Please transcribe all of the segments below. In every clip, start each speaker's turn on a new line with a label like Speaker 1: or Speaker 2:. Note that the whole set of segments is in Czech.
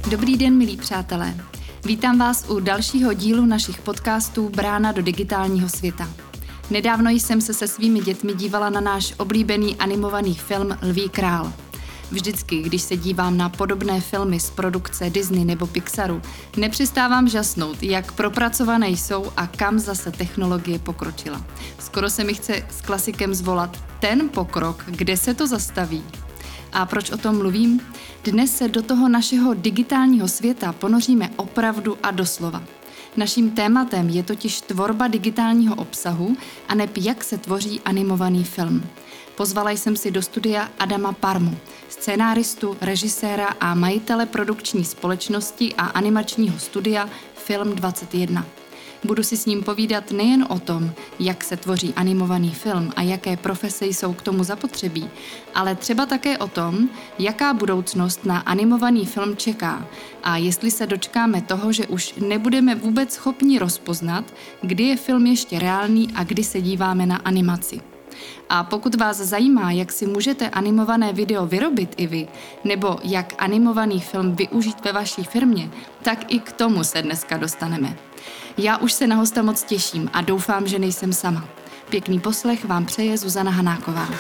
Speaker 1: Dobrý den, milí přátelé. Vítám vás u dalšího dílu našich podcastů Brána do digitálního světa. Nedávno jsem se svými dětmi dívala na náš oblíbený animovaný film Lví král. Vždycky, když se dívám na podobné filmy z produkce Disney nebo Pixaru, nepřestávám žasnout, jak propracované jsou a kam zase technologie pokročila. Skoro se mi chce s klasikem zvolat ten pokrok, kde se to zastaví. A proč o tom mluvím? Dnes se do toho našeho digitálního světa ponoříme opravdu a doslova. Naším tématem je totiž tvorba digitálního obsahu a neb jak se tvoří animovaný film. Pozvala jsem si do studia Adama Parmu, scénáristu, režiséra a majitele produkční společnosti a animačního studia Film 21. Budu si s ním povídat nejen o tom, jak se tvoří animovaný film a jaké profese jsou k tomu zapotřebí, ale třeba také o tom, jaká budoucnost na animovaný film čeká a jestli se dočkáme toho, že už nebudeme vůbec schopni rozpoznat, kdy je film ještě reálný a kdy se díváme na animaci. A pokud vás zajímá, jak si můžete animované video vyrobit i vy, nebo jak animovaný film využít ve vaší firmě, tak i k tomu se dneska dostaneme. Já už se na hosta moc těším a doufám, že nejsem sama. Pěkný poslech vám přeje Zuzana Hanáková.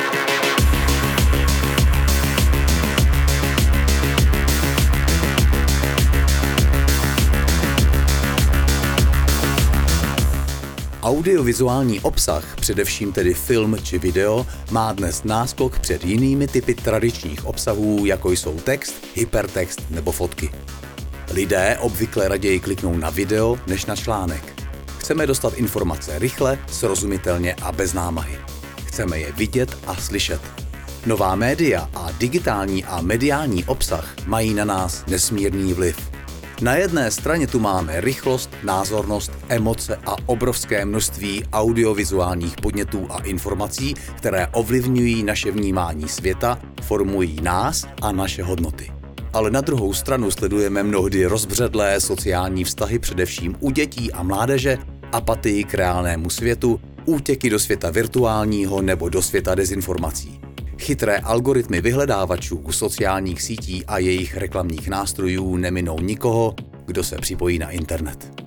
Speaker 2: Audiovizuální obsah, především tedy film či video, má dnes náskok před jinými typy tradičních obsahů, jako jsou text, hypertext nebo fotky. Lidé obvykle raději kliknou na video než na článek. Chceme dostat informace rychle, srozumitelně a bez námahy. Chceme je vidět a slyšet. Nová média a digitální a mediální obsah mají na nás nesmírný vliv. Na jedné straně tu máme rychlost, názornost, emoce a obrovské množství audiovizuálních podnětů a informací, které ovlivňují naše vnímání světa, formují nás a naše hodnoty. Ale na druhou stranu sledujeme mnohdy rozbředlé sociální vztahy především u dětí a mládeže, apatii k reálnému světu, útěky do světa virtuálního nebo do světa dezinformací. Chytré algoritmy vyhledávačů, sociálních sítí a jejich reklamních nástrojů neminou nikoho, kdo se připojí na internet.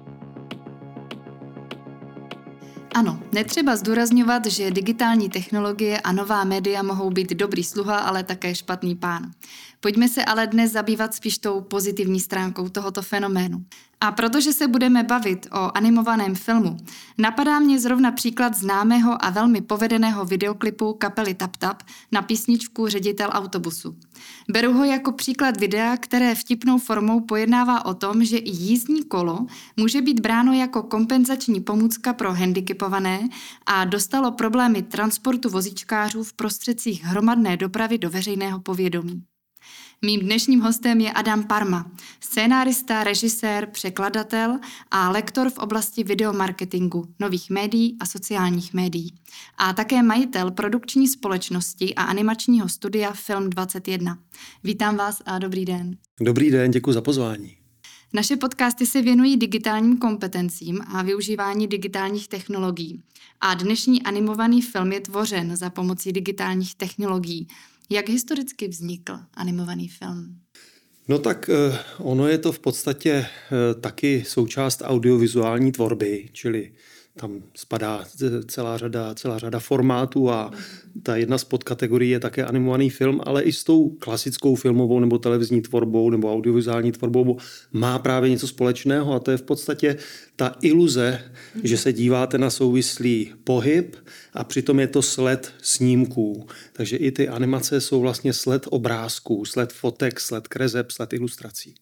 Speaker 1: Ano, netřeba zdůrazňovat, že digitální technologie a nová média mohou být dobrý sluha, ale také špatný pán. Pojďme se ale dnes zabývat spíš tou pozitivní stránkou tohoto fenoménu. A protože se budeme bavit o animovaném filmu, napadá mě zrovna příklad známého a velmi povedeného videoklipu kapely Tap Tap na písničku Ředitel autobusu. Beru ho jako příklad videa, které vtipnou formou pojednává o tom, že i jízdní kolo může být bráno jako kompenzační pomůcka pro handicapované a dostalo problémy transportu vozíčkářů v prostředcích hromadné dopravy do veřejného povědomí. Mým dnešním hostem je Adam Parma, scénárista, režisér, překladatel a lektor v oblasti videomarketingu, nových médií a sociálních médií. A také majitel produkční společnosti a animačního studia Film 21. Vítám vás a dobrý den.
Speaker 3: Dobrý den, děkuji za pozvání.
Speaker 1: Naše podcasty se věnují digitálním kompetencím a využívání digitálních technologií. A dnešní animovaný film je tvořen za pomocí digitálních technologií. Jak historicky vznikl animovaný film?
Speaker 3: No tak ono je to v podstatě taky součást audiovizuální tvorby, čili tam spadá celá řada formátů a ta jedna z podkategorií je také animovaný film, ale i s tou klasickou filmovou nebo televizní tvorbou nebo audiovizuální tvorbou má právě něco společného a to je v podstatě ta iluze, že se díváte na souvislý pohyb a přitom je to sled snímků. Takže i ty animace jsou vlastně sled obrázků, sled fotek, sled kreseb, sled ilustrací.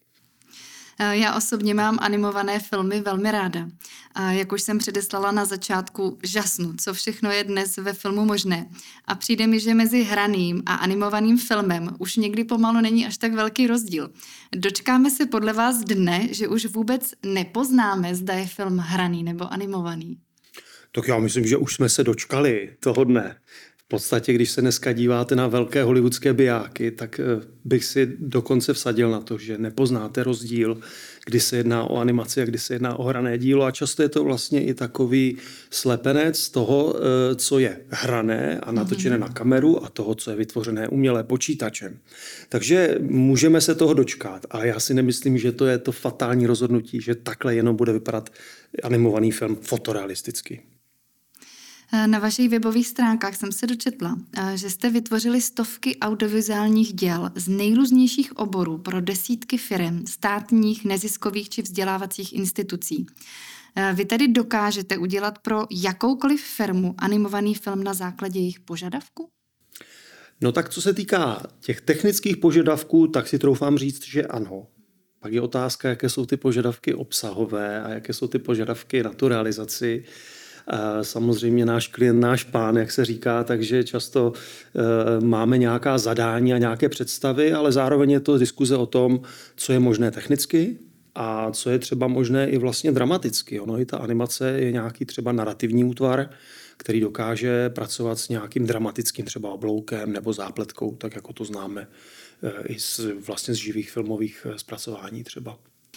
Speaker 1: Já osobně mám animované filmy velmi ráda. A jak už jsem předeslala na začátku, žasnu, co všechno je dnes ve filmu možné. A přijde mi, že mezi hraným a animovaným filmem už někdy pomalu není až tak velký rozdíl. Dočkáme se podle vás dne, že už vůbec nepoznáme, zda je film hraný nebo animovaný?
Speaker 3: Tak já myslím, že už jsme se dočkali toho dne. V podstatě, když se dneska díváte na velké hollywoodské bijáky, tak bych si dokonce vsadil na to, že nepoznáte rozdíl, kdy se jedná o animaci a kdy se jedná o hrané dílo. A často je to vlastně i takový slepenec toho, co je hrané a natočené na kameru a toho, co je vytvořené umělé počítačem. Takže můžeme se toho dočkat, ale já si nemyslím, že to je to fatální rozhodnutí, že takhle jenom bude vypadat animovaný film fotorealisticky.
Speaker 1: Na vašich webových stránkách jsem se dočetla, že jste vytvořili stovky audiovizuálních děl z nejrůznějších oborů pro desítky firem, státních, neziskových či vzdělávacích institucí. Vy tedy dokážete udělat pro jakoukoliv firmu animovaný film na základě jejich požadavku?
Speaker 3: No tak co se týká těch technických požadavků, tak si troufám říct, že ano. Pak je otázka, jaké jsou ty požadavky obsahové a jaké jsou ty požadavky na tu realizaci. Samozřejmě náš klient, náš pán, jak se říká, takže často máme nějaká zadání a nějaké představy, ale zároveň je to diskuze o tom, co je možné technicky a co je třeba možné i vlastně dramaticky. Ono i ta animace je nějaký třeba narrativní útvar, který dokáže pracovat s nějakým dramatickým třeba obloukem nebo zápletkou, tak jako to známe i vlastně z živých filmových zpracování třeba.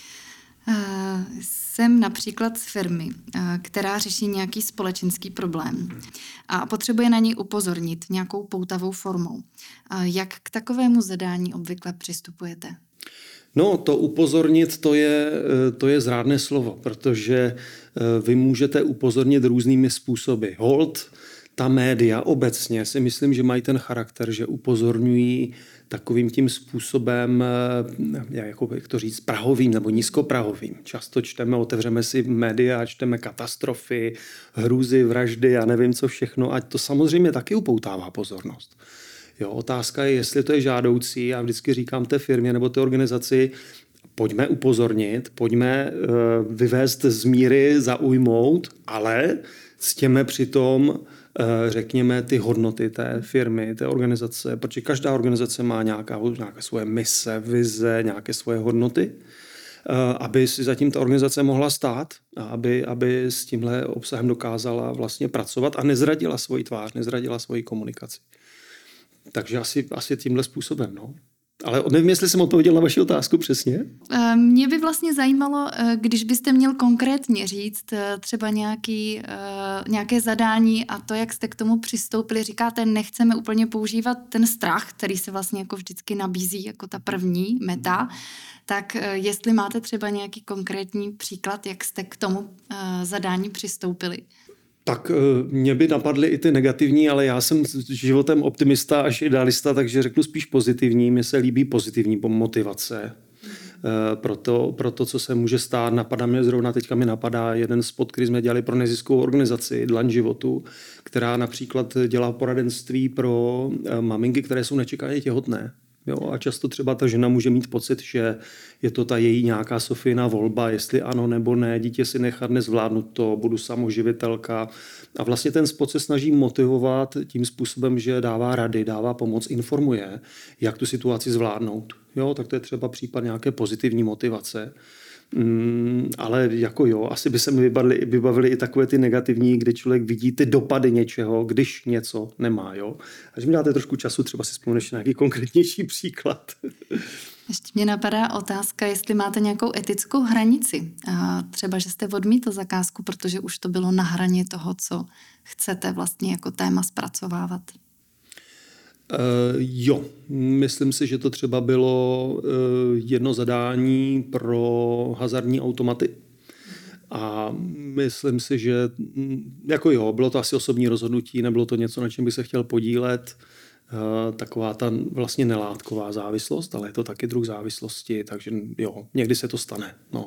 Speaker 1: Jsem například z firmy, která řeší nějaký společenský problém a potřebuje na něj upozornit nějakou poutavou formou. Jak k takovému zadání obvykle přistupujete?
Speaker 3: No, to upozornit, to je zrádné slovo, protože vy můžete upozornit různými způsoby. Holt, ta média obecně si myslím, že mají ten charakter, že upozorňují takovým tím způsobem, jak to říct, prahovým nebo nízkoprahovým. Často čteme, otevřeme si média a čteme katastrofy, hrůzy, vraždy, já nevím co všechno, a to samozřejmě taky upoutává pozornost. Jo, otázka je, jestli to je žádoucí. Já vždycky říkám té firmě nebo té organizaci, pojďme upozornit, pojďme vyvést z míry, zaujmout, ale ctěme přitom, řekněme, ty hodnoty té firmy, té organizace, protože každá organizace má nějaké svoje mise, vize, nějaké svoje hodnoty, aby si zatím ta organizace mohla stát a aby s tímhle obsahem dokázala vlastně pracovat a nezradila svoji tvář, nezradila svoji komunikaci. Takže asi tímhle způsobem, no. Ale nevím, jestli jsem odpověděl na vaši otázku přesně.
Speaker 1: Mě by vlastně zajímalo, když byste měl konkrétně říct třeba nějaké zadání a to, jak jste k tomu přistoupili. Říkáte, nechceme úplně používat ten strach, který se vlastně jako vždycky nabízí jako ta první meta. Tak jestli máte třeba nějaký konkrétní příklad, jak jste k tomu zadání přistoupili?
Speaker 3: Tak mě by napadly i ty negativní, ale já jsem životem optimista až idealista, takže řeknu spíš pozitivní. Mně se líbí pozitivní motivace. Pro to, co se může stát, teďka mi napadá jeden spot, který jsme dělali pro neziskovou organizaci Dlaň životu, která například dělá poradenství pro maminky, které jsou nečekaně těhotné. Jo, a často třeba ta žena může mít pocit, že je to ta její nějaká Sofijina volba, jestli ano nebo ne, dítě si nechat, nezvládnu to, budu samoživitelka. A vlastně ten spot se snaží motivovat tím způsobem, že dává rady, dává pomoc, informuje, jak tu situaci zvládnout. Jo, tak to je třeba případ nějaké pozitivní motivace. Ale jako jo, asi by se mi vybavily i takové ty negativní, kde člověk vidí ty dopady něčeho, když něco nemá. Jo? A když mi dáte trošku času, třeba si vzpomeneš nějaký konkrétnější příklad.
Speaker 1: Ještě mě napadá otázka, jestli máte nějakou etickou hranici. Třeba, že jste odmítl zakázku, protože už to bylo na hraně toho, co chcete vlastně jako téma zpracovávat.
Speaker 3: Jo, myslím si, že to třeba bylo jedno zadání pro hazardní automaty. A myslím si, že jako jo, bylo to asi osobní rozhodnutí, nebylo to něco, na čem bych se chtěl podílet. Taková ta vlastně nelátková závislost, ale je to taky druh závislosti, takže jo, někdy se to stane. No.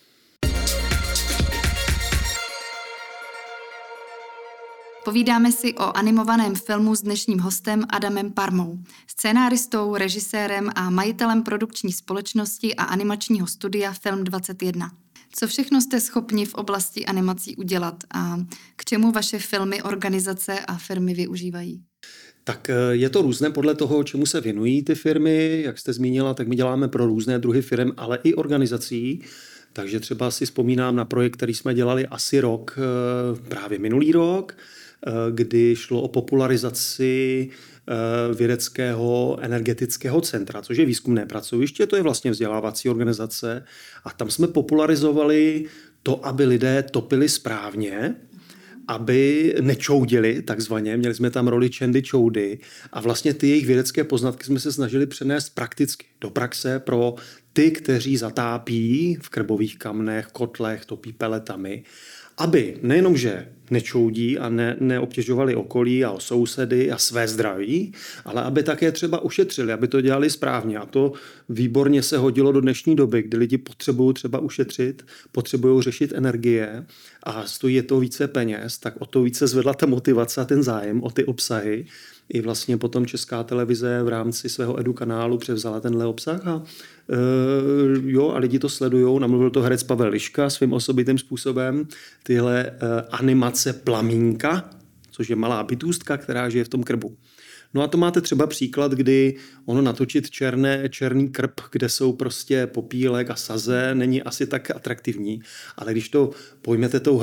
Speaker 1: Povídáme si o animovaném filmu s dnešním hostem Adamem Parmou, scénáristou, režisérem a majitelem produkční společnosti a animačního studia Film 21. Co všechno jste schopni v oblasti animací udělat a k čemu vaše filmy, organizace a firmy využívají?
Speaker 3: Tak je to různé podle toho, čemu se věnují ty firmy. Jak jste zmínila, tak my děláme pro různé druhy firm, ale i organizací. Takže třeba si vzpomínám na projekt, který jsme dělali asi rok, právě minulý rok. kdy šlo o popularizaci vědeckého energetického centra, což je výzkumné pracoviště, to je vlastně vzdělávací organizace a tam jsme popularizovali to, aby lidé topili správně, aby nečoudili, takzvaně. Měli jsme tam roli Čendy Čoudy a vlastně ty jejich vědecké poznatky jsme se snažili přenést prakticky do praxe pro ty, kteří zatápí v krbových kamnech, kotlech, topí peletami, aby nejenom, že nečoudí a neobtěžovali okolí a sousedy a své zdraví, ale aby také třeba ušetřili, aby to dělali správně. A to výborně se hodilo do dnešní doby, kdy lidi potřebují třeba ušetřit, potřebují řešit energie a stojí je to více peněz, tak o to více zvedla ta motivace a ten zájem o ty obsahy. I vlastně potom Česká televize v rámci svého edukanálu převzala tenhle obsah a a lidi to sledujou. Namluvil to herec Pavel Liška svým osobitým způsobem. Tyhle animace Plamínka, což je malá bytůstka, která žije v tom krbu. No a to máte třeba příklad, kdy ono natočit černý krb, kde jsou prostě popílek a saze, není asi tak atraktivní, ale když to pojmete tou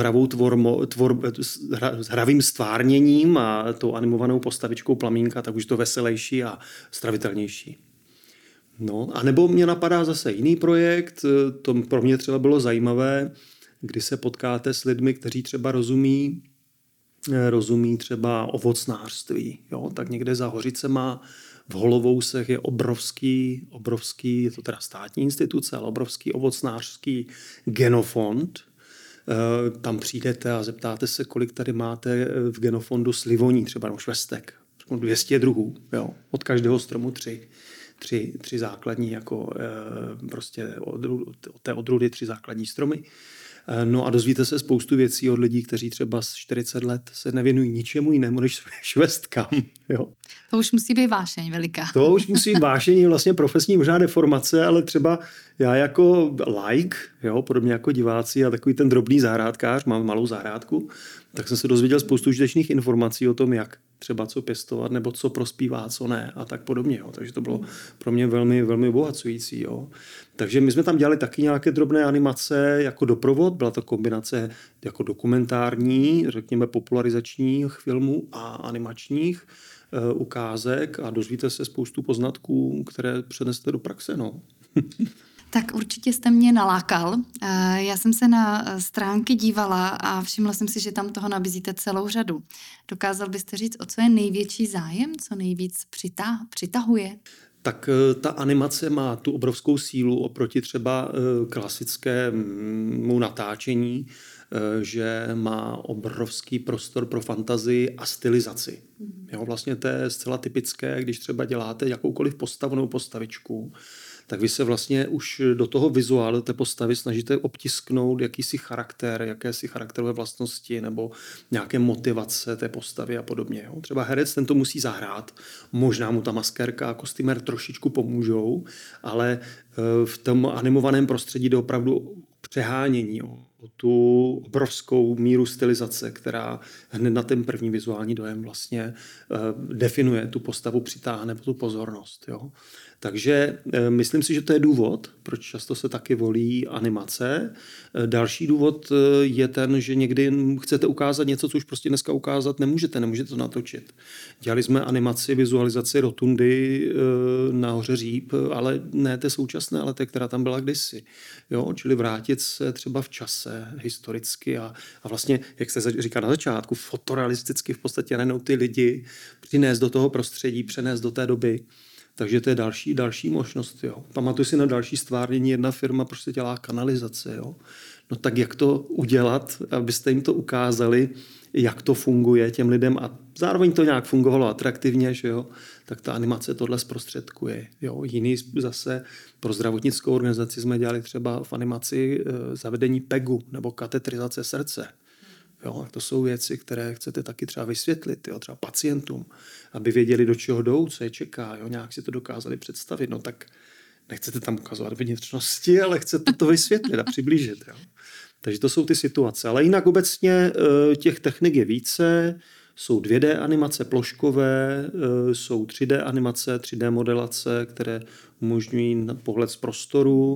Speaker 3: hravým stvárněním a tou animovanou postavičkou Plamínka, tak už to veselější a stravitelnější. No, a nebo mě napadá zase jiný projekt, to pro mě třeba bylo zajímavé, kdy se potkáte s lidmi, kteří třeba rozumí třeba ovocnářství. Jo? Tak někde za Hořicema v Holovousech je obrovský, je to teda státní instituce, ale obrovský ovocnářský genofond. Tam přijdete a zeptáte se, kolik tady máte v genofondu slivoní, třeba nebo švestek. 200 druhů, jo? Od každého stromu 3 základní, jako prostě od té odrůdy 3 základní stromy. No a dozvíte se spoustu věcí od lidí, kteří třeba z 40 let se nevěnují ničemu jinému než švestkám. Jo.
Speaker 1: To už musí být vášeň veliká.
Speaker 3: To už musí být vášeň, vlastně profesní možná deformace, ale třeba já jako like, jo, podobně jako diváci a takový ten drobný zahrádkář, mám malou zahrádku, tak jsem se dozvěděl spoustu užitečných informací o tom, jak třeba co pěstovat, nebo co prospívá, co ne a tak podobně. Jo. Takže to bylo pro mě velmi, velmi obohacující. Jo. Takže my jsme tam dělali taky nějaké drobné animace jako doprovod. Byla to kombinace jako dokumentární, řekněme popularizačních filmů a animačních ukázek a dozvíte se spoustu poznatků, které přenesete do praxe. No.
Speaker 1: Tak určitě jste mě nalákal. Já jsem se na stránky dívala a všimla jsem si, že tam toho nabízíte celou řadu. Dokázal byste říct, o co je největší zájem, co nejvíc přitahuje?
Speaker 3: Tak ta animace má tu obrovskou sílu oproti třeba klasickému natáčení, že má obrovský prostor pro fantazii a stylizaci. Jo, vlastně to je zcela typické, když třeba děláte jakoukoliv postavnou postavičku, tak vy se vlastně už do toho vizuálu té postavy snažíte obtisknout jakýsi charakter, jakési charakterové vlastnosti nebo nějaké motivace té postavy a podobně. Jo. Třeba herec ten to musí zahrát, možná mu ta maskérka a kostýmer trošičku pomůžou, ale v tom animovaném prostředí jde opravdu přehánění o tu obrovskou míru stylizace, která hned na ten první vizuální dojem vlastně definuje tu postavu, přitáhne tu pozornost. Jo. Takže myslím si, že to je důvod, proč často se taky volí animace. Další důvod je ten, že někdy chcete ukázat něco, co už prostě dneska ukázat nemůžete to natočit. Dělali jsme animaci, vizualizaci rotundy na hoře Říp, ale ne té současné, ale té, která tam byla kdysi. Jo? Čili vrátit se třeba v čase historicky a vlastně, jak se říká na začátku, fotorealisticky v podstatě najednou ty lidi přinést do toho prostředí, přenést do té doby. Takže to je další možnost. Jo. Pamatuju si na další stvárnění, jedna firma prostě dělá kanalizace. Jo. No tak jak to udělat, abyste jim to ukázali, jak to funguje těm lidem a zároveň to nějak fungovalo atraktivně, že jo, tak ta animace tohle zprostředkuje. Jo. Jiný zase pro zdravotnickou organizaci jsme dělali třeba v animaci zavedení PEGu nebo katetrizace srdce. Jo, to jsou věci, které chcete taky třeba vysvětlit, jo, třeba pacientům, aby věděli, do čeho jdou, co je čeká, jo, nějak si to dokázali představit. No tak nechcete tam ukazovat vnitřnosti, ale chcete to vysvětlit a přiblížit. Jo. Takže to jsou ty situace. Ale jinak obecně těch technik je více. Jsou 2D animace ploškové, jsou 3D animace, 3D modelace, které umožňují pohled z prostoru.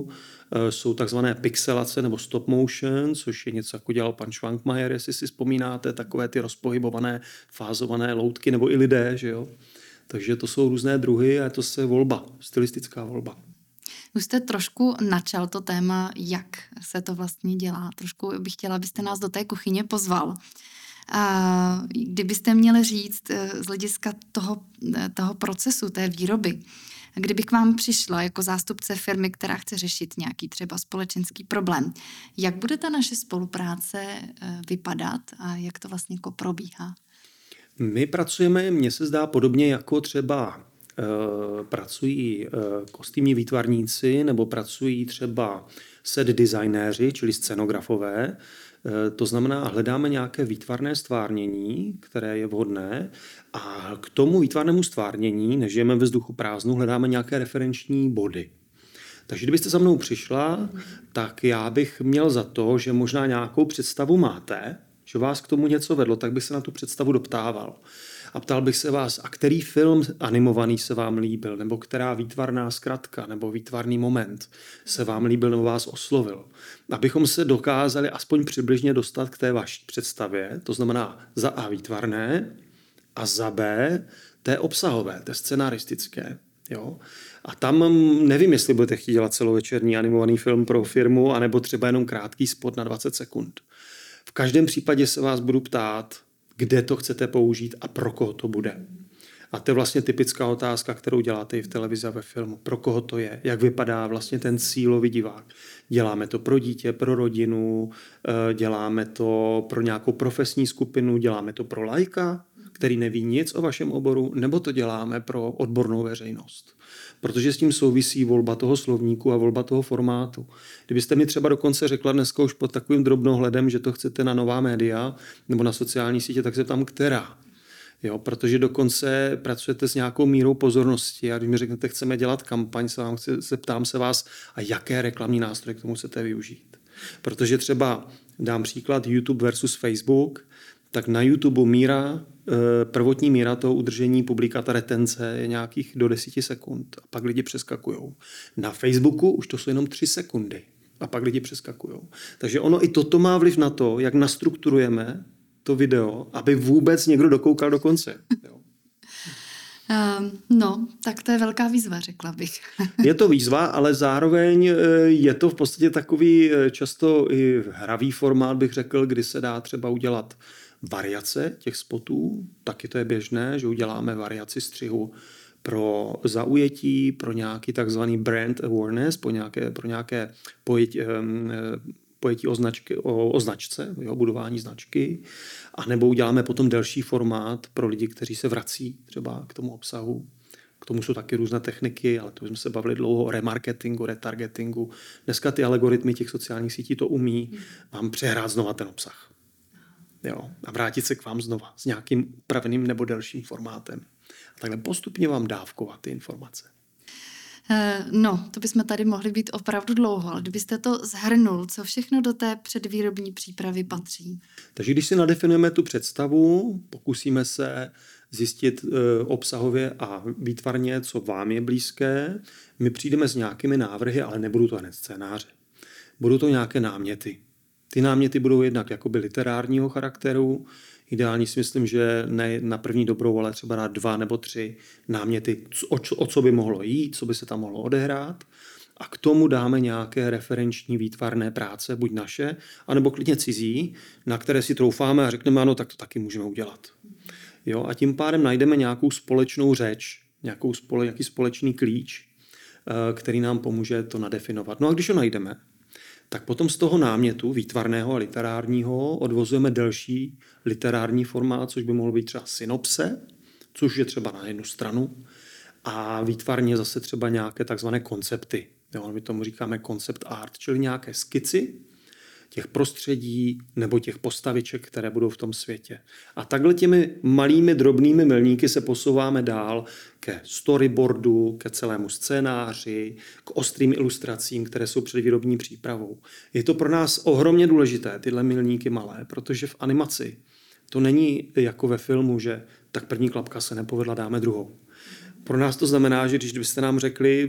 Speaker 3: jsou takzvané pixelace nebo stop motion, což je něco, jako dělal pan Schwankmajer, jestli si vzpomínáte, takové ty rozpohybované, fázované loutky, nebo i lidé, že jo. Takže to jsou různé druhy a je to volba, stylistická volba.
Speaker 1: Už jste trošku načal to téma, jak se to vlastně dělá. Trošku bych chtěla, abyste nás do té kuchyně pozval. A kdybyste měli říct z hlediska toho procesu, té výroby, kdybych k vám přišla jako zástupce firmy, která chce řešit nějaký třeba společenský problém, jak bude ta naše spolupráce vypadat a jak to vlastně jako probíhá?
Speaker 3: My pracujeme, mně se zdá, podobně jako třeba pracují kostýmní výtvarníci nebo pracují třeba set designéři, čili scenografové. To znamená, hledáme nějaké výtvarné stvárnění, které je vhodné a k tomu výtvarnému stvárnění, nežijeme ve vzduchu prázdnu, hledáme nějaké referenční body. Takže kdybyste za mnou přišla, tak já bych měl za to, že možná nějakou představu máte, že vás k tomu něco vedlo, tak bych se na tu představu doptával. A ptal bych se vás, a který film animovaný se vám líbil, nebo která výtvarná zkratka, nebo výtvarný moment se vám líbil, nebo vás oslovil. Abychom se dokázali aspoň přibližně dostat k té vaší představě, to znamená za A výtvarné a za B té obsahové, té scenaristické. Jo? A tam nevím, jestli budete chtít dělat celovečerní animovaný film pro firmu, anebo třeba jenom krátký spot na 20 sekund. V každém případě se vás budu ptát, kde to chcete použít a pro koho to bude. A to je vlastně typická otázka, kterou děláte i v televizi a ve filmu. Pro koho to je? Jak vypadá vlastně ten cílový divák? Děláme to pro dítě, pro rodinu, děláme to pro nějakou profesní skupinu, děláme to pro laika, který neví nic o vašem oboru, nebo to děláme pro odbornou veřejnost. Protože s tím souvisí volba toho slovníku a volba toho formátu. Kdybyste mi třeba dokonce řekla dneska už pod takovým drobnohledem, že to chcete na nová média nebo na sociální sítě, tak se tam která. Jo, protože dokonce pracujete s nějakou mírou pozornosti a když mi řeknete, chceme dělat kampaň, zeptám se vás, a jaké reklamní nástroje k tomu chcete využít. Protože třeba dám příklad YouTube versus Facebook, tak na YouTube prvotní míra toho udržení publika, ta retence je nějakých do 10 sekund a pak lidi přeskakujou. Na Facebooku už to jsou jenom 3 sekundy a pak lidi přeskakujou. Takže ono i toto má vliv na to, jak nastrukturujeme to video, aby vůbec někdo dokoukal do konce. Jo.
Speaker 1: No, tak to je velká výzva, řekla bych.
Speaker 3: Je to výzva, ale zároveň je to v podstatě takový často i hravý formát, bych řekl, kdy se dá třeba udělat variace těch spotů. Taky to je běžné, že uděláme variaci střihu pro zaujetí, pro nějaký takzvaný brand awareness, pro nějaké pojetí o značce, jo, budování značky, a nebo uděláme potom delší formát pro lidi, kteří se vrací třeba k tomu obsahu. K tomu jsou taky různé techniky, ale to jsme se bavili dlouho o remarketingu, retargetingu. Dneska ty algoritmy těch sociálních sítí to umí vám přehrát znova ten obsah. Jo, a vrátit se k vám znova s nějakým upraveným nebo delším formátem. A takhle postupně vám dávkovat ty informace.
Speaker 1: No, to bychom tady mohli být opravdu dlouho, ale kdybyste to shrnul, co všechno do té předvýrobní přípravy patří?
Speaker 3: Takže když si nadefinujeme tu představu, pokusíme se zjistit obsahově a výtvarně, co vám je blízké, my přijdeme s nějakými návrhy, ale nebudou to hned scénáře. Budou to nějaké náměty. Ty náměty budou jednak jakoby literárního charakteru. Ideální si myslím, že ne na první dobrou, ale třeba na 2 nebo 3 náměty, o co by mohlo jít, co by se tam mohlo odehrát. A k tomu dáme nějaké referenční výtvarné práce, buď naše, anebo klidně cizí, na které si troufáme a řekneme, ano, tak to taky můžeme udělat. Jo, a tím pádem najdeme nějakou společnou řeč, nějaký společný klíč, který nám pomůže to nadefinovat. No a když ho najdeme, tak potom z toho námětu výtvarného a literárního odvozujeme delší literární formát, což by mohlo být třeba synopse, což je třeba na jednu stranu, a výtvarně zase třeba nějaké takzvané koncepty. Jo, my tomu říkáme concept art, čili nějaké skici těch prostředí nebo těch postaviček, které budou v tom světě. A takhle těmi malými drobnými milníky se posouváme dál ke storyboardu, ke celému scénáři, k ostrým ilustracím, které jsou před výrobní přípravou. Je to pro nás ohromně důležité, tyhle milníky malé, protože v animaci to není jako ve filmu, že tak první klapka se nepovedla, dáme druhou. Pro nás to znamená, že když byste nám řekli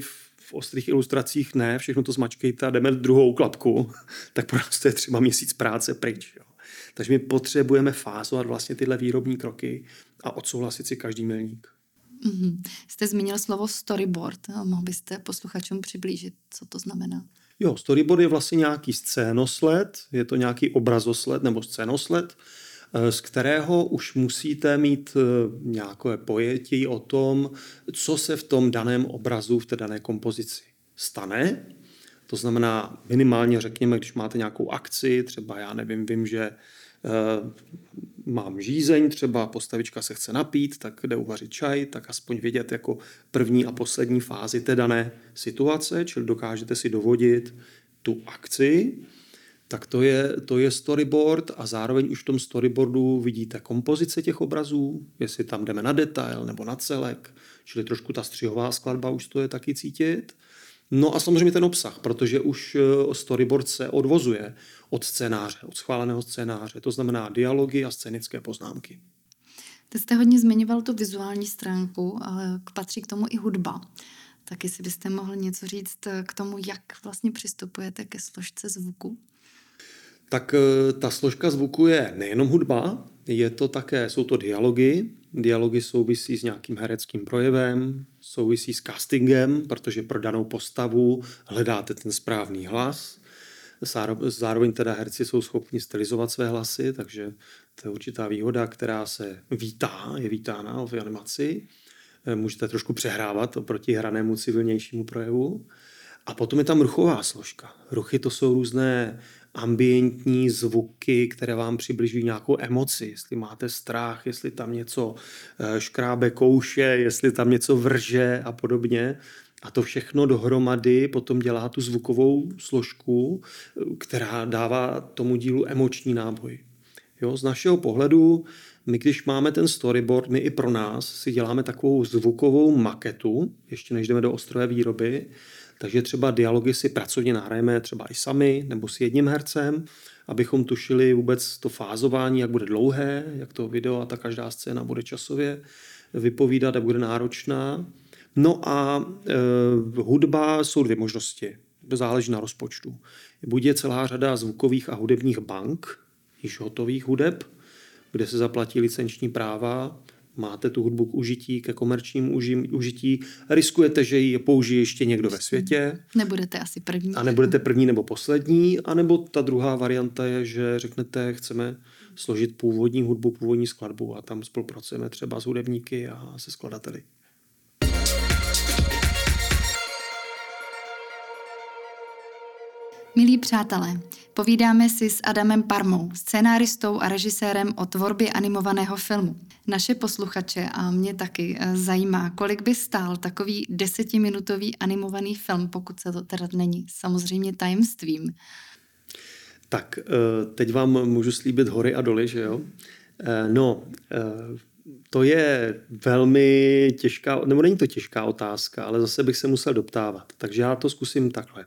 Speaker 3: v ostrých ilustracích ne, všechno to zmačkejte a jdeme druhou klapku, tak pro nás to je třeba měsíc práce pryč. Jo. Takže my potřebujeme fázovat vlastně tyhle výrobní kroky a odsouhlasit si každý milník.
Speaker 1: Jste zmínil slovo storyboard. Mohl byste posluchačům přiblížit, co to znamená?
Speaker 3: Jo, storyboard je vlastně nějaký scénosled, je to nějaký obrazosled nebo scénosled, z kterého už musíte mít nějaké pojetí o tom, co se v tom daném obrazu, v té dané kompozici stane. To znamená minimálně řekněme, když máte nějakou akci, třeba já nevím, vím, že mám žízeň, třeba postavička se chce napít, tak jde uvařit čaj, tak aspoň vědět jako první a poslední fázi té dané situace, čili dokážete si dovodit tu akci, tak to je storyboard a zároveň už v tom storyboardu vidíte kompozice těch obrazů, jestli tam jdeme na detail nebo na celek, čili trošku ta střihová skladba už to je taky cítit. No a samozřejmě ten obsah, protože už storyboard se odvozuje od scénáře, od schváleného scénáře, to znamená dialogy a scénické poznámky.
Speaker 1: Ty jste hodně zmiňoval tu vizuální stránku, ale patří k tomu i hudba. Tak jestli byste mohl něco říct k tomu, jak vlastně přistupujete ke složce zvuku?
Speaker 3: Tak ta složka zvuku je nejenom hudba, jsou to dialogy. Dialogy souvisí s nějakým hereckým projevem, souvisí s castingem, protože pro danou postavu hledáte ten správný hlas. Zároveň teda herci jsou schopni stylizovat své hlasy, takže to je určitá výhoda, která je vítána v animaci. Můžete trošku přehrávat oproti hranému civilnějšímu projevu. A potom je tam ruchová složka. Ruchy to jsou různé ambientní zvuky, které vám přibližují nějakou emoci. Jestli máte strach, jestli tam něco škrábe kouše, jestli tam něco vrže a podobně. A to všechno dohromady potom dělá tu zvukovou složku, která dává tomu dílu emoční náboj. Jo, z našeho pohledu, my když máme ten storyboard, my i pro nás si děláme takovou zvukovou maketu, ještě než jdeme do ostrové výroby, takže třeba dialogy si pracovně nahrajeme třeba i sami nebo s jedním hercem, abychom tušili vůbec to fázování, jak bude dlouhé, jak to video a ta každá scéna bude časově vypovídat a bude náročná. No a hudba jsou dvě možnosti. To záleží na rozpočtu. Buď je celá řada zvukových a hudebních bank, již hotových hudeb, kde se zaplatí licenční práva, máte tu hudbu k užití, ke komerčnímu užití, riskujete, že ji použije ještě někdo ve světě.
Speaker 1: Nebudete asi první.
Speaker 3: A nebudete první nebo poslední, anebo ta druhá varianta je, že řeknete, chceme složit původní hudbu, původní skladbu a tam spolupracujeme třeba s hudebníky a se skladateli.
Speaker 1: Milí přátelé, povídáme si s Adamem Parmou, scénáristou a režisérem o tvorbě animovaného filmu. Naše posluchače a mě taky zajímá, kolik by stál takový 10minutový animovaný film, pokud se to teda není samozřejmě tajemstvím.
Speaker 3: Tak teď vám můžu slíbit hory a doly, že jo? To je velmi těžká, nebo není to těžká otázka, ale zase bych se musel doptávat. Takže já to zkusím takhle.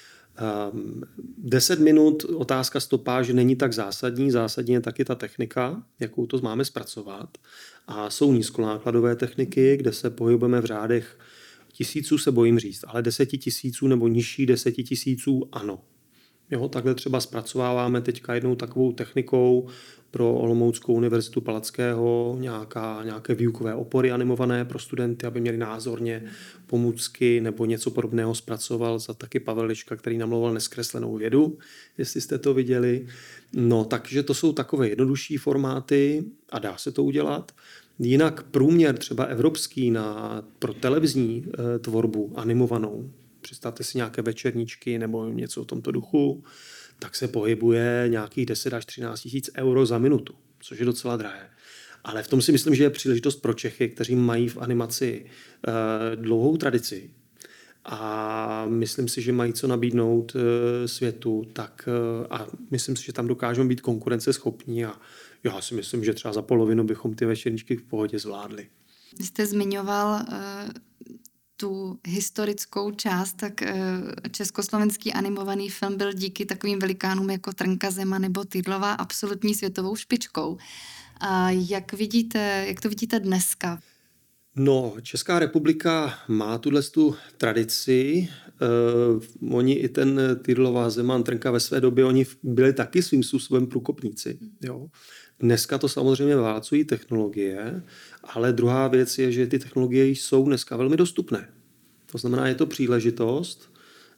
Speaker 3: 10 minut otázka stopáže není tak zásadní. Zásadní je taky ta technika, jakou to máme zpracovat. A jsou nízkonákladové techniky, kde se pohybujeme v řádech tisíců, se bojím říct, ale 10 000 nebo nižší 10 000 ano. Jo, takhle třeba zpracováváme teďka jednou takovou technikou pro Olomouckou univerzitu Palackého, nějaké výukové opory animované pro studenty, aby měli názorně pomůcky nebo něco podobného zpracoval za taky Pavel Liška, který namlouval Neskreslenou vědu, jestli jste to viděli. No, takže to jsou takové jednodušší formáty a dá se to udělat. Jinak průměr třeba evropský pro televizní tvorbu animovanou, představte si nějaké večerníčky nebo něco v tomto duchu, tak se pohybuje nějakých 10 až 13 tisíc euro za minutu, což je docela drahé. Ale v tom si myslím, že je příležitost pro Čechy, kteří mají v animaci dlouhou tradici a myslím si, že mají co nabídnout světu, a myslím si, že tam dokážeme být konkurenceschopní a já si myslím, že třeba za polovinu bychom ty večerníčky v pohodě zvládli.
Speaker 1: Vy jste zmiňoval tu historickou část, tak československý animovaný film byl díky takovým velikánům jako Trnka Zema nebo Tydlová absolutní světovou špičkou. A jak to vidíte dneska?
Speaker 3: No, Česká republika má tu tradici. Oni i ten Tyrlová, Zeman, Trnka ve své době, oni byli taky svým způsobem průkopníci. Jo. Dneska to samozřejmě válcují technologie, ale druhá věc je, že ty technologie jsou dneska velmi dostupné. To znamená, je to příležitost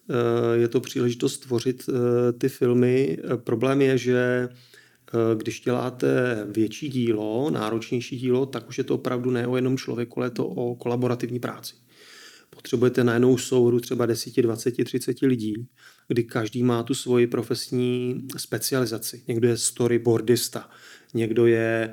Speaker 3: tvořit ty filmy. Problém je, že když děláte větší dílo, náročnější dílo, tak už je to opravdu ne o jednom člověku, ale je to o kolaborativní práci. Potřebujete najednou souhru třeba 10, 20, 30 lidí, kdy každý má tu svoji profesní specializaci. Někdo je storyboardista, někdo je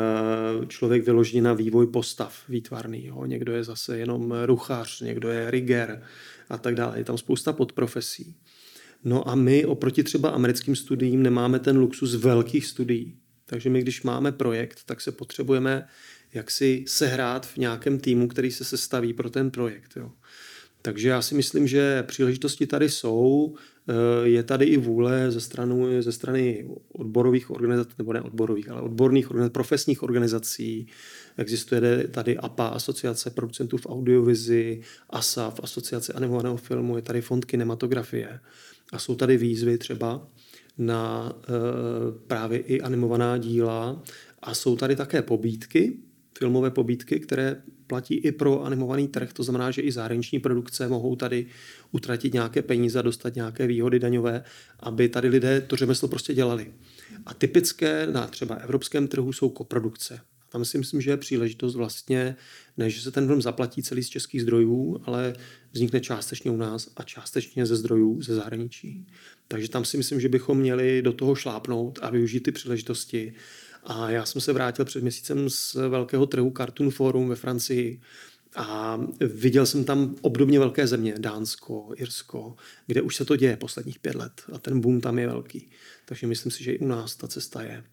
Speaker 3: člověk vyložený na vývoj postav výtvarný, jo? Někdo je zase jenom ruchař, někdo je rigger a tak dále. Je tam spousta podprofesí. No a my oproti třeba americkým studiím nemáme ten luxus velkých studií. Takže my, když máme projekt, tak se potřebujeme jaksi sehrát v nějakém týmu, který se sestaví pro ten projekt. Jo. Takže já si myslím, že příležitosti tady jsou, je tady i vůle ze strany odborových organizací, nebo ne odborových, ale odborných profesních organizací. Existuje tady APA, Asociace producentů v audiovizi, ASAF, Asociace animovaného filmu, je tady Fond kinematografie. A jsou tady výzvy třeba na právě i animovaná díla a jsou tady také pobídky, filmové pobídky, které platí i pro animovaný trh, to znamená, že i zahraniční produkce mohou tady utratit nějaké peníze a dostat nějaké výhody daňové, aby tady lidé to řemeslo prostě dělali. A typické na třeba evropském trhu jsou koprodukce. Tam si myslím, že je příležitost vlastně, ne, že se ten film zaplatí celý z českých zdrojů, ale vznikne částečně u nás a částečně ze zdrojů ze zahraničí. Takže tam si myslím, že bychom měli do toho šlápnout a využít ty příležitosti. A já jsem se vrátil před měsícem z velkého trhu Cartoon Forum ve Francii a viděl jsem tam obdobně velké země, Dánsko, Irsko, kde už se to děje posledních 5 let a ten boom tam je velký. Takže myslím si, že i u nás ta cesta je.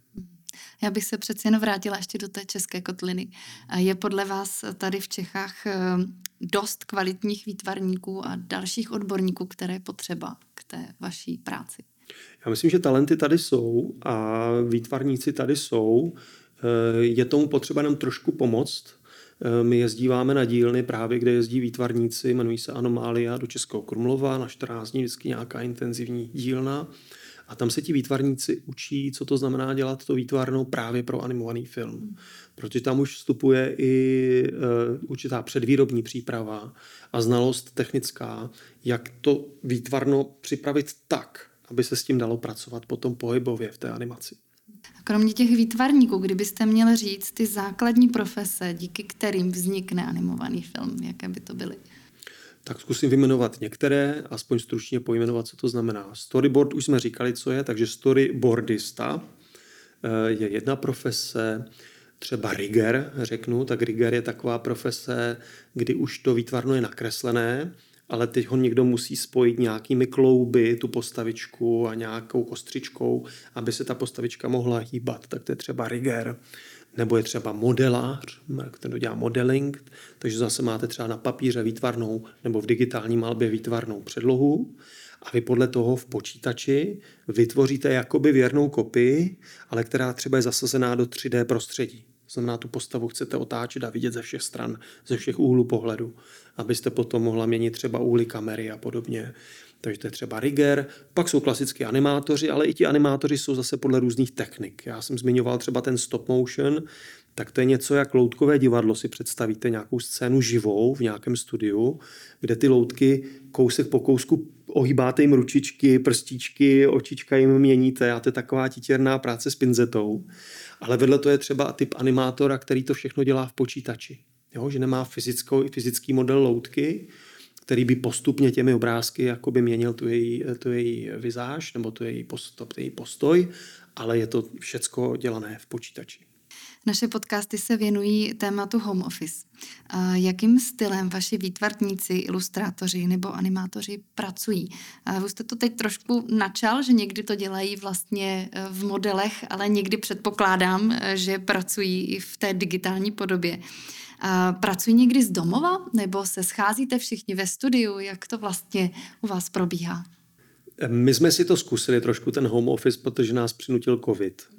Speaker 1: Já bych se přeci jen vrátila ještě do té české kotliny. Je podle vás tady v Čechách dost kvalitních výtvarníků a dalších odborníků, které je potřeba k té vaší práci?
Speaker 3: Já myslím, že talenty tady jsou a výtvarníci tady jsou. Je tomu potřeba nám trošku pomoct. My jezdíváme na dílny právě, kde jezdí výtvarníci, jmenují se Anomália do Českého Krumlova, na 14 dní vždycky nějaká intenzivní dílna. A tam se ti výtvarníci učí, co to znamená dělat to výtvarnou právě pro animovaný film. Protože tam už vstupuje i určitá předvýrobní příprava a znalost technická, jak to výtvarno připravit tak, aby se s tím dalo pracovat potom pohybově v té animaci.
Speaker 1: Kromě těch výtvarníků, kdybyste měli říct ty základní profese, díky kterým vznikne animovaný film, jaké by to byly?
Speaker 3: Tak zkusím vyjmenovat některé, aspoň stručně pojmenovat, co to znamená. Storyboard už jsme říkali, co je, takže storyboardista je jedna profese, třeba rigger, řeknu, tak rigger je taková profese, kdy už to výtvarno je nakreslené, ale teď ho někdo musí spojit nějakými klouby, tu postavičku a nějakou kostřičkou, aby se ta postavička mohla hýbat, tak to je třeba rigger. Nebo je třeba modelář, který dělá modeling, takže zase máte třeba na papíře výtvarnou nebo v digitální malbě výtvarnou předlohu a vy podle toho v počítači vytvoříte jakoby věrnou kopii, ale která třeba je zasazená do 3D prostředí. To znamená, tu postavu chcete otáčet a vidět ze všech stran, ze všech úhlů pohledu, abyste potom mohla měnit třeba úhly kamery a podobně. Takže to je třeba rigger, pak jsou klasicky animátoři, ale i ti animátoři jsou zase podle různých technik. Já jsem zmiňoval třeba ten stop motion, tak to je něco jak loutkové divadlo, si představíte nějakou scénu živou v nějakém studiu, kde ty loutky kousek po kousku ohýbáte jim ručičky, prstíčky, očička jim měníte a to je taková titěrná práce s pinzetou. Ale vedle to je třeba typ animátora, který to všechno dělá v počítači. Jo? Že nemá fyzický model loutky, který by postupně těmi obrázky jakoby měnil tu její vizáž nebo tu její postoj, ale je to všecko dělané v počítači.
Speaker 1: Naše podcasty se věnují tématu home office. Jakým stylem vaši výtvarníci, ilustrátoři nebo animátoři pracují? Vy jste to teď trošku načal, že někdy to dělají vlastně v modelech, ale někdy předpokládám, že pracují i v té digitální podobě. Pracují někdy z domova nebo se scházíte všichni ve studiu? Jak to vlastně u vás probíhá?
Speaker 3: My jsme si to zkusili trošku, ten home office, protože nás přinutil covid.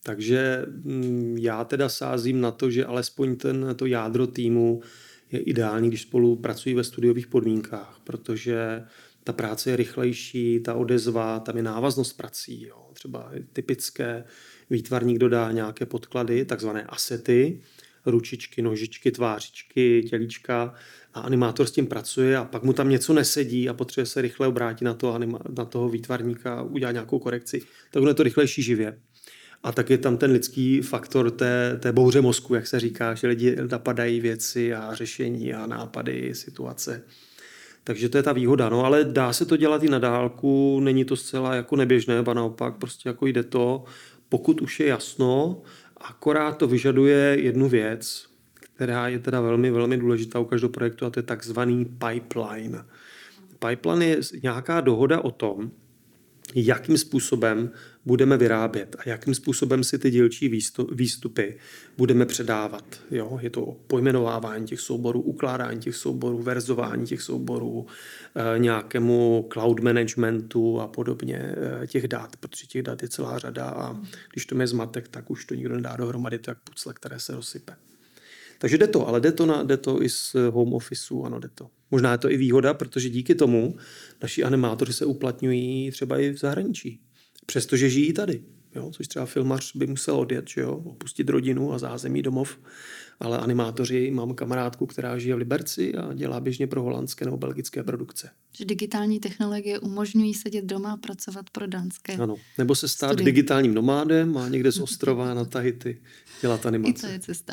Speaker 3: Takže já teda sázím na to, že alespoň to jádro týmu je ideální, když spolu pracují ve studiových podmínkách, protože ta práce je rychlejší, ta odezva, tam je návaznost prací. Jo. Třeba typické výtvarník dodá nějaké podklady, takzvané asety, ručičky, nožičky, tvářičky, tělíčka a animátor s tím pracuje a pak mu tam něco nesedí a potřebuje se rychle obrátit na toho výtvarníka a udělat nějakou korekci. Tak je to rychlejší živě. A tak je tam ten lidský faktor té bouře mozku, jak se říká, že lidi napadají věci a řešení a nápady, situace. Takže to je ta výhoda, no, ale dá se to dělat i na dálku, není to zcela jako neběžné, ba naopak, prostě jako jde to, pokud už je jasno, akorát to vyžaduje jednu věc, která je teda velmi, velmi důležitá u každého projektu a to je takzvaný pipeline. Pipeline je nějaká dohoda o tom, jakým způsobem budeme vyrábět a jakým způsobem si ty dílčí výstupy budeme předávat. Jo? Je to pojmenovávání těch souborů, ukládání těch souborů, verzování těch souborů, nějakému cloud managementu a podobně těch dat, protože těch dat je celá řada a když to je zmatek, tak už to nikdo nedá dohromady, to jak pucle, které se rozsype. Takže jde to, ale jde to i z home officeu, ano, jde to. Možná je to i výhoda, protože díky tomu naši animátoři se uplatňují třeba i v zahraničí. Přestože žijí tady, jo? Což třeba filmař by musel odjet, že jo? Opustit rodinu a zázemí domov, ale animátoři, mám kamarádku, která žije v Liberci a dělá běžně pro holandské nebo belgické produkce.
Speaker 1: Že digitální technologie umožňují sedět doma a pracovat pro dánské.
Speaker 3: Ano, nebo se stát digitálním nomádem a někde z ostrova na Tahiti dělat animace.
Speaker 1: I to je cesta.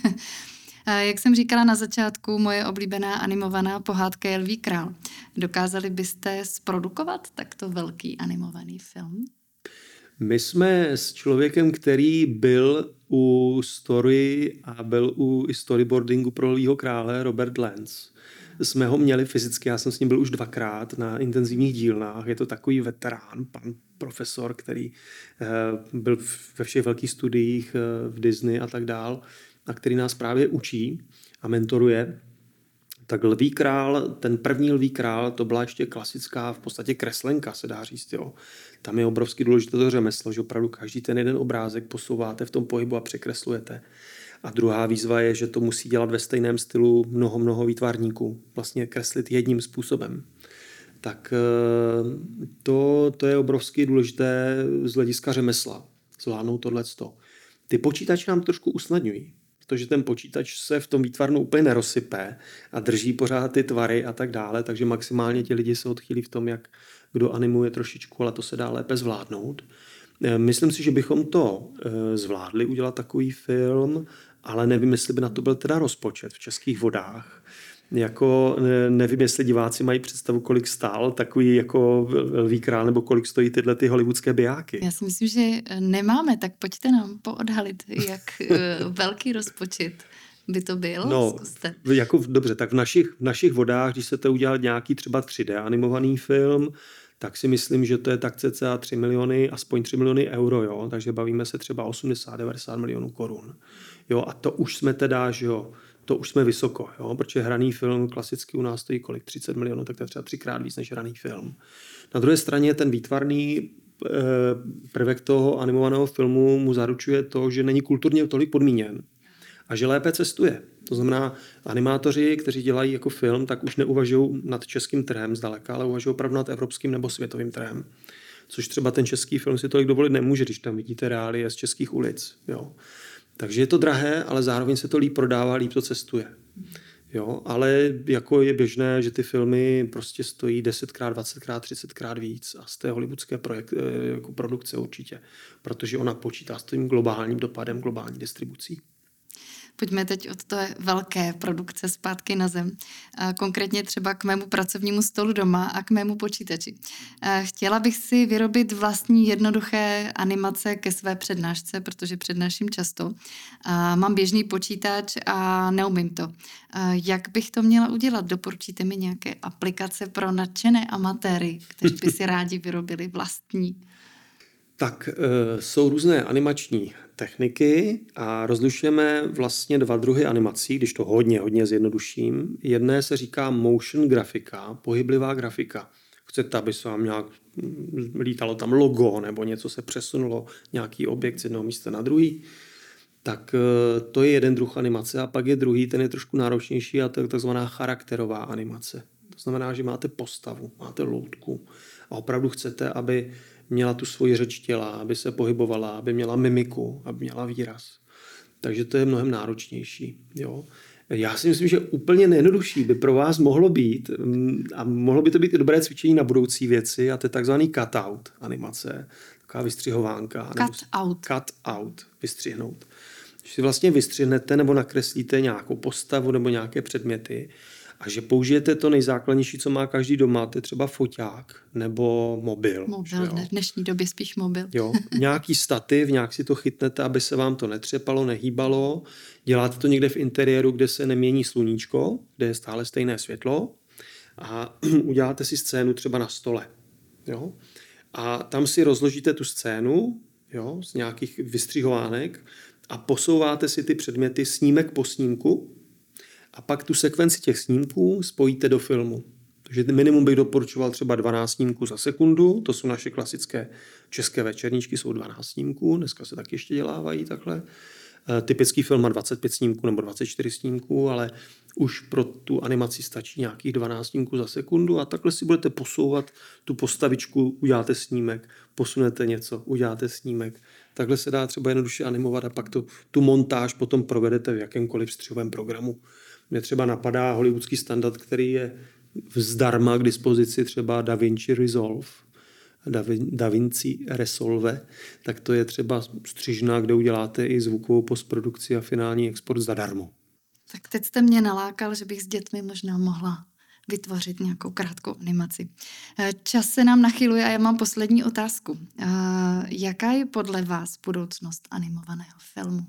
Speaker 1: Jak jsem říkala na začátku, moje oblíbená animovaná pohádka je Lví král. Dokázali byste zprodukovat takto velký animovaný film?
Speaker 3: My jsme s člověkem, který byl u story a byl u storyboardingu pro Lvího krále, Robert Lenz. Jsme ho měli fyzicky, já jsem s ním byl už 2krát na intenzivních dílnách. Je to takový veterán, pan profesor, který byl ve všech velkých studiích v Disney a tak dál, a který nás právě učí a mentoruje. Tak Lví král, ten první Lví král, to byla ještě klasická v podstatě kreslenka, se dá říct. Jo. Tam je obrovsky důležité to řemeslo, že opravdu každý ten jeden obrázek posouváte v tom pohybu a překreslujete. A druhá výzva je, že to musí dělat ve stejném stylu mnoho výtvarníků. Vlastně kreslit jedním způsobem. Tak to je obrovsky důležité z hlediska řemesla. Zvládnout tohleto. Ty počítače nám trošku usnadňují. Protože ten počítač se v tom výtvarnu úplně nerosype a drží pořád ty tvary a tak dále, takže maximálně ti lidi se odchýlí v tom, jak kdo animuje trošičku, ale to se dá lépe zvládnout. Myslím si, že bychom to zvládli udělat takový film, ale nevím, jestli by na to byl teda rozpočet v českých vodách. Jako nevím, jestli diváci mají představu, kolik stál takový jako Lví král, nebo kolik stojí tyhle ty hollywoodské bijáky.
Speaker 1: Já si myslím, že nemáme, tak pojďte nám poodhalit, jak velký rozpočet by to byl.
Speaker 3: No, dobře, tak v našich vodách, když chcete udělat nějaký třeba 3D animovaný film, tak si myslím, že to je tak cca 3 miliony, aspoň 3 miliony euro, jo? Takže bavíme se třeba 80-90 milionů korun. Jo? A to už jsme teda, že jo, to už jsme vysoko, jo? Protože hraný film klasicky u nás stojí kolik? 30 milionů, tak to je třeba 3krát víc než hraný film. Na druhé straně ten výtvarný prvek toho animovaného filmu mu zaručuje to, že není kulturně tolik podmíněn a že lépe cestuje. To znamená, animátoři, kteří dělají jako film, tak už neuvažují nad českým trhem zdaleka, ale uvažují opravdu nad evropským nebo světovým trhem. Což třeba ten český film si tolik dovolit nemůže, když tam vidíte reálie z českých ulic. Jo. Takže je to drahé, ale zároveň se to líp prodává, líp to cestuje. Jo, ale jako je běžné, že ty filmy prostě stojí 10krát, 20krát, 30krát víc a z té hollywoodské jako produkce určitě, protože ona počítá s tím globálním dopadem, globální distribucí.
Speaker 1: Pojďme teď od té velké produkce zpátky na zem. Konkrétně třeba k mému pracovnímu stolu doma a k mému počítači. Chtěla bych si vyrobit vlastní jednoduché animace ke své přednášce, protože přednáším často. Mám běžný počítač a neumím to. Jak bych to měla udělat? Doporučíte mi nějaké aplikace pro nadšené amatéry, kteří by si rádi vyrobili vlastní?
Speaker 3: Tak jsou různé animační techniky a rozlišujeme vlastně 2 druhy animací, když to hodně zjednoduším. Jedné se říká motion grafika, pohyblivá grafika. chcete, aby se vám nějak lítalo tam logo nebo něco se přesunulo, nějaký objekt z jednoho místa na druhý, tak to je jeden druh animace a pak je druhý, ten je trošku náročnější a to je takzvaná charakterová animace. To znamená, že máte postavu, máte loutku a opravdu chcete, aby měla tu svoji řeč těla, aby se pohybovala, aby měla mimiku, aby měla výraz. Takže to je mnohem náročnější. Jo? Já si myslím, že úplně nejjednodušší by pro vás mohlo být, a mohlo by to být i dobré cvičení na budoucí věci, a to je takzvaný cut-out animace, taková vystřihovánka. Cut-out, vystřihnout. Když si vlastně vystřihnete nebo nakreslíte nějakou postavu nebo nějaké předměty a že použijete to nejzákladnější, co má každý doma, to je třeba foťák nebo mobil.
Speaker 1: V dnešní době spíš mobil.
Speaker 3: Jo, nějaký stativ, nějak si to chytnete, aby se vám to netřepalo, nehýbalo. Děláte to někde v interiéru, kde se nemění sluníčko, kde je stále stejné světlo a uděláte si scénu třeba na stole. Jo? A tam si rozložíte tu scénu, jo, z nějakých vystřihovánek a posouváte si ty předměty snímek po snímku a pak tu sekvenci těch snímků spojíte do filmu. Takže minimum bych doporučoval třeba 12 snímků za sekundu, to jsou naše klasické české večerníčky, jsou 12 snímků, dneska se taky ještě dělávají takhle. Typický film má 25 snímků nebo 24 snímků, ale už pro tu animaci stačí nějakých 12 snímků za sekundu a takhle si budete posouvat tu postavičku, uděláte snímek, posunete něco, uděláte snímek. Takhle se dá třeba jednoduše animovat a pak tu montáž potom provedete v jakémkoliv střihovém programu. Mě třeba napadá hollywoodský standard, který je zdarma k dispozici, třeba DaVinci Resolve, DaVinci Resolve, tak to je třeba střižna, kde uděláte i zvukovou postprodukci a finální export zadarmo.
Speaker 1: Tak teď jste mě nalákal, že bych s dětmi možná mohla vytvořit nějakou krátkou animaci. Čas se nám nachyluje a já mám poslední otázku. Jaká je podle vás budoucnost animovaného filmu?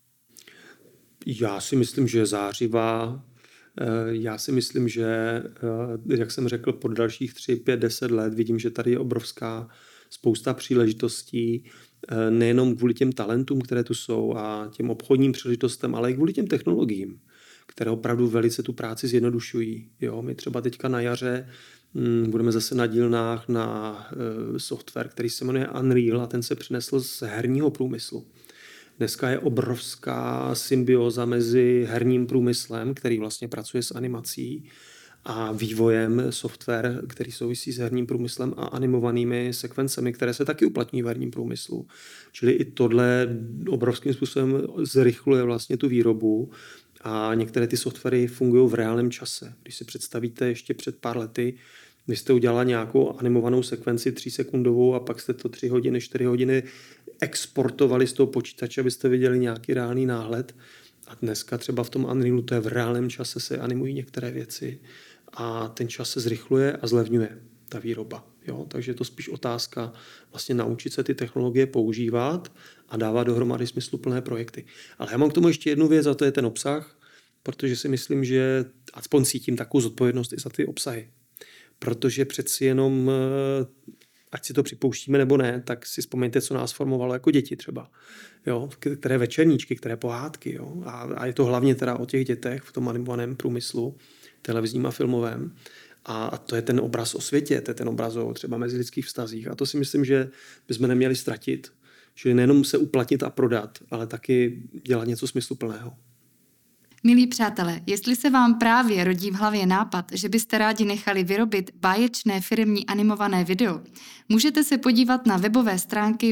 Speaker 3: Já si myslím, že je zářivá. Já si myslím, že, jak jsem řekl, po dalších 3, 5, 10 let vidím, že tady je obrovská spousta příležitostí, nejenom kvůli těm talentům, které tu jsou a těm obchodním příležitostem, ale i kvůli těm technologiím, které opravdu velice tu práci zjednodušují. Jo, my třeba teďka na jaře budeme zase na dílnách na software, který se jmenuje Unreal a ten se přinesl z herního průmyslu. Dneska je obrovská symbioza mezi herním průmyslem, který vlastně pracuje s animací, a vývojem software, který souvisí s herním průmyslem a animovanými sekvencemi, které se taky uplatňují v herním průmyslu. Čili i tohle obrovským způsobem zrychluje vlastně tu výrobu a některé ty softwary fungují v reálném čase. Když si představíte ještě před pár lety, vy jste udělala nějakou animovanou sekvenci 3sekundovou a pak jste to 3 hodiny, 4 hodiny exportovali z toho počítače, abyste viděli nějaký reálný náhled. A dneska třeba v tom Unrealu to je v reálném čase se animují některé věci a ten čas se zrychluje a zlevňuje ta výroba. Jo? Takže je to spíš otázka vlastně naučit se ty technologie používat a dávat dohromady smysluplné projekty. Ale já mám k tomu ještě jednu věc a to je ten obsah, protože si myslím, že aspoň cítím takovou zodpovědnost i za ty obsahy. Protože přeci jenom, ať si to připouštíme nebo ne, tak si vzpomeňte, co nás formovalo jako děti třeba. Jo? Které večerníčky, které pohádky. Jo? A je to hlavně teda o těch dětech v tom animovaném průmyslu, televizním a filmovém. A to je ten obraz o světě, to je ten obraz o třeba mezilidských vztazích. A to si myslím, že bychom neměli ztratit. Čili nejenom se uplatnit a prodat, ale taky dělat něco smysluplného.
Speaker 1: Milí přátelé, jestli se vám právě rodí v hlavě nápad, že byste rádi nechali vyrobit báječné firemní animované video, můžete se podívat na webové stránky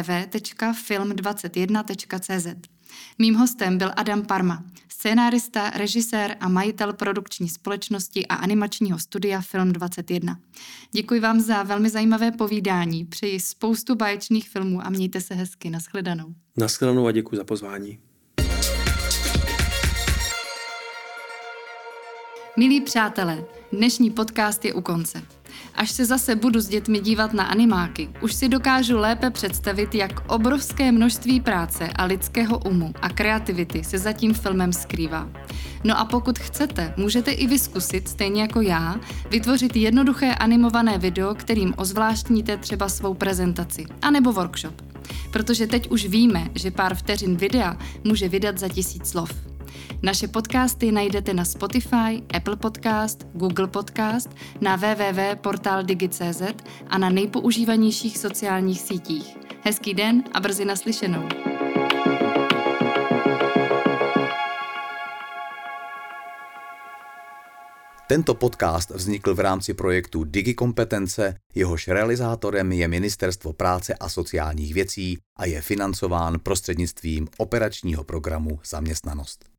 Speaker 1: www.film21.cz. Mým hostem byl Adam Parma, scénárista, režisér a majitel produkční společnosti a animačního studia Film 21. Děkuji vám za velmi zajímavé povídání, přeji spoustu báječných filmů a mějte se hezky. Naschledanou.
Speaker 3: Naschledanou a děkuji za pozvání.
Speaker 1: Milí přátelé, dnešní podcast je u konce. Až se zase budu s dětmi dívat na animáky, už si dokážu lépe představit, jak obrovské množství práce a lidského umu a kreativity se za tím filmem skrývá. No a pokud chcete, můžete i vy zkusit, stejně jako já, vytvořit jednoduché animované video, kterým ozvláštníte třeba svou prezentaci, anebo workshop. Protože teď už víme, že pár vteřin videa může vydat za 1000 slov. Naše podcasty najdete na Spotify, Apple Podcast, Google Podcast, na www.portaldigi.cz a na nejpoužívanějších sociálních sítích. Hezký den a brzy naslyšenou.
Speaker 2: Tento podcast vznikl v rámci projektu DigiKompetence, jehož realizátorem je Ministerstvo práce a sociálních věcí a je financován prostřednictvím operačního programu Zaměstnanost.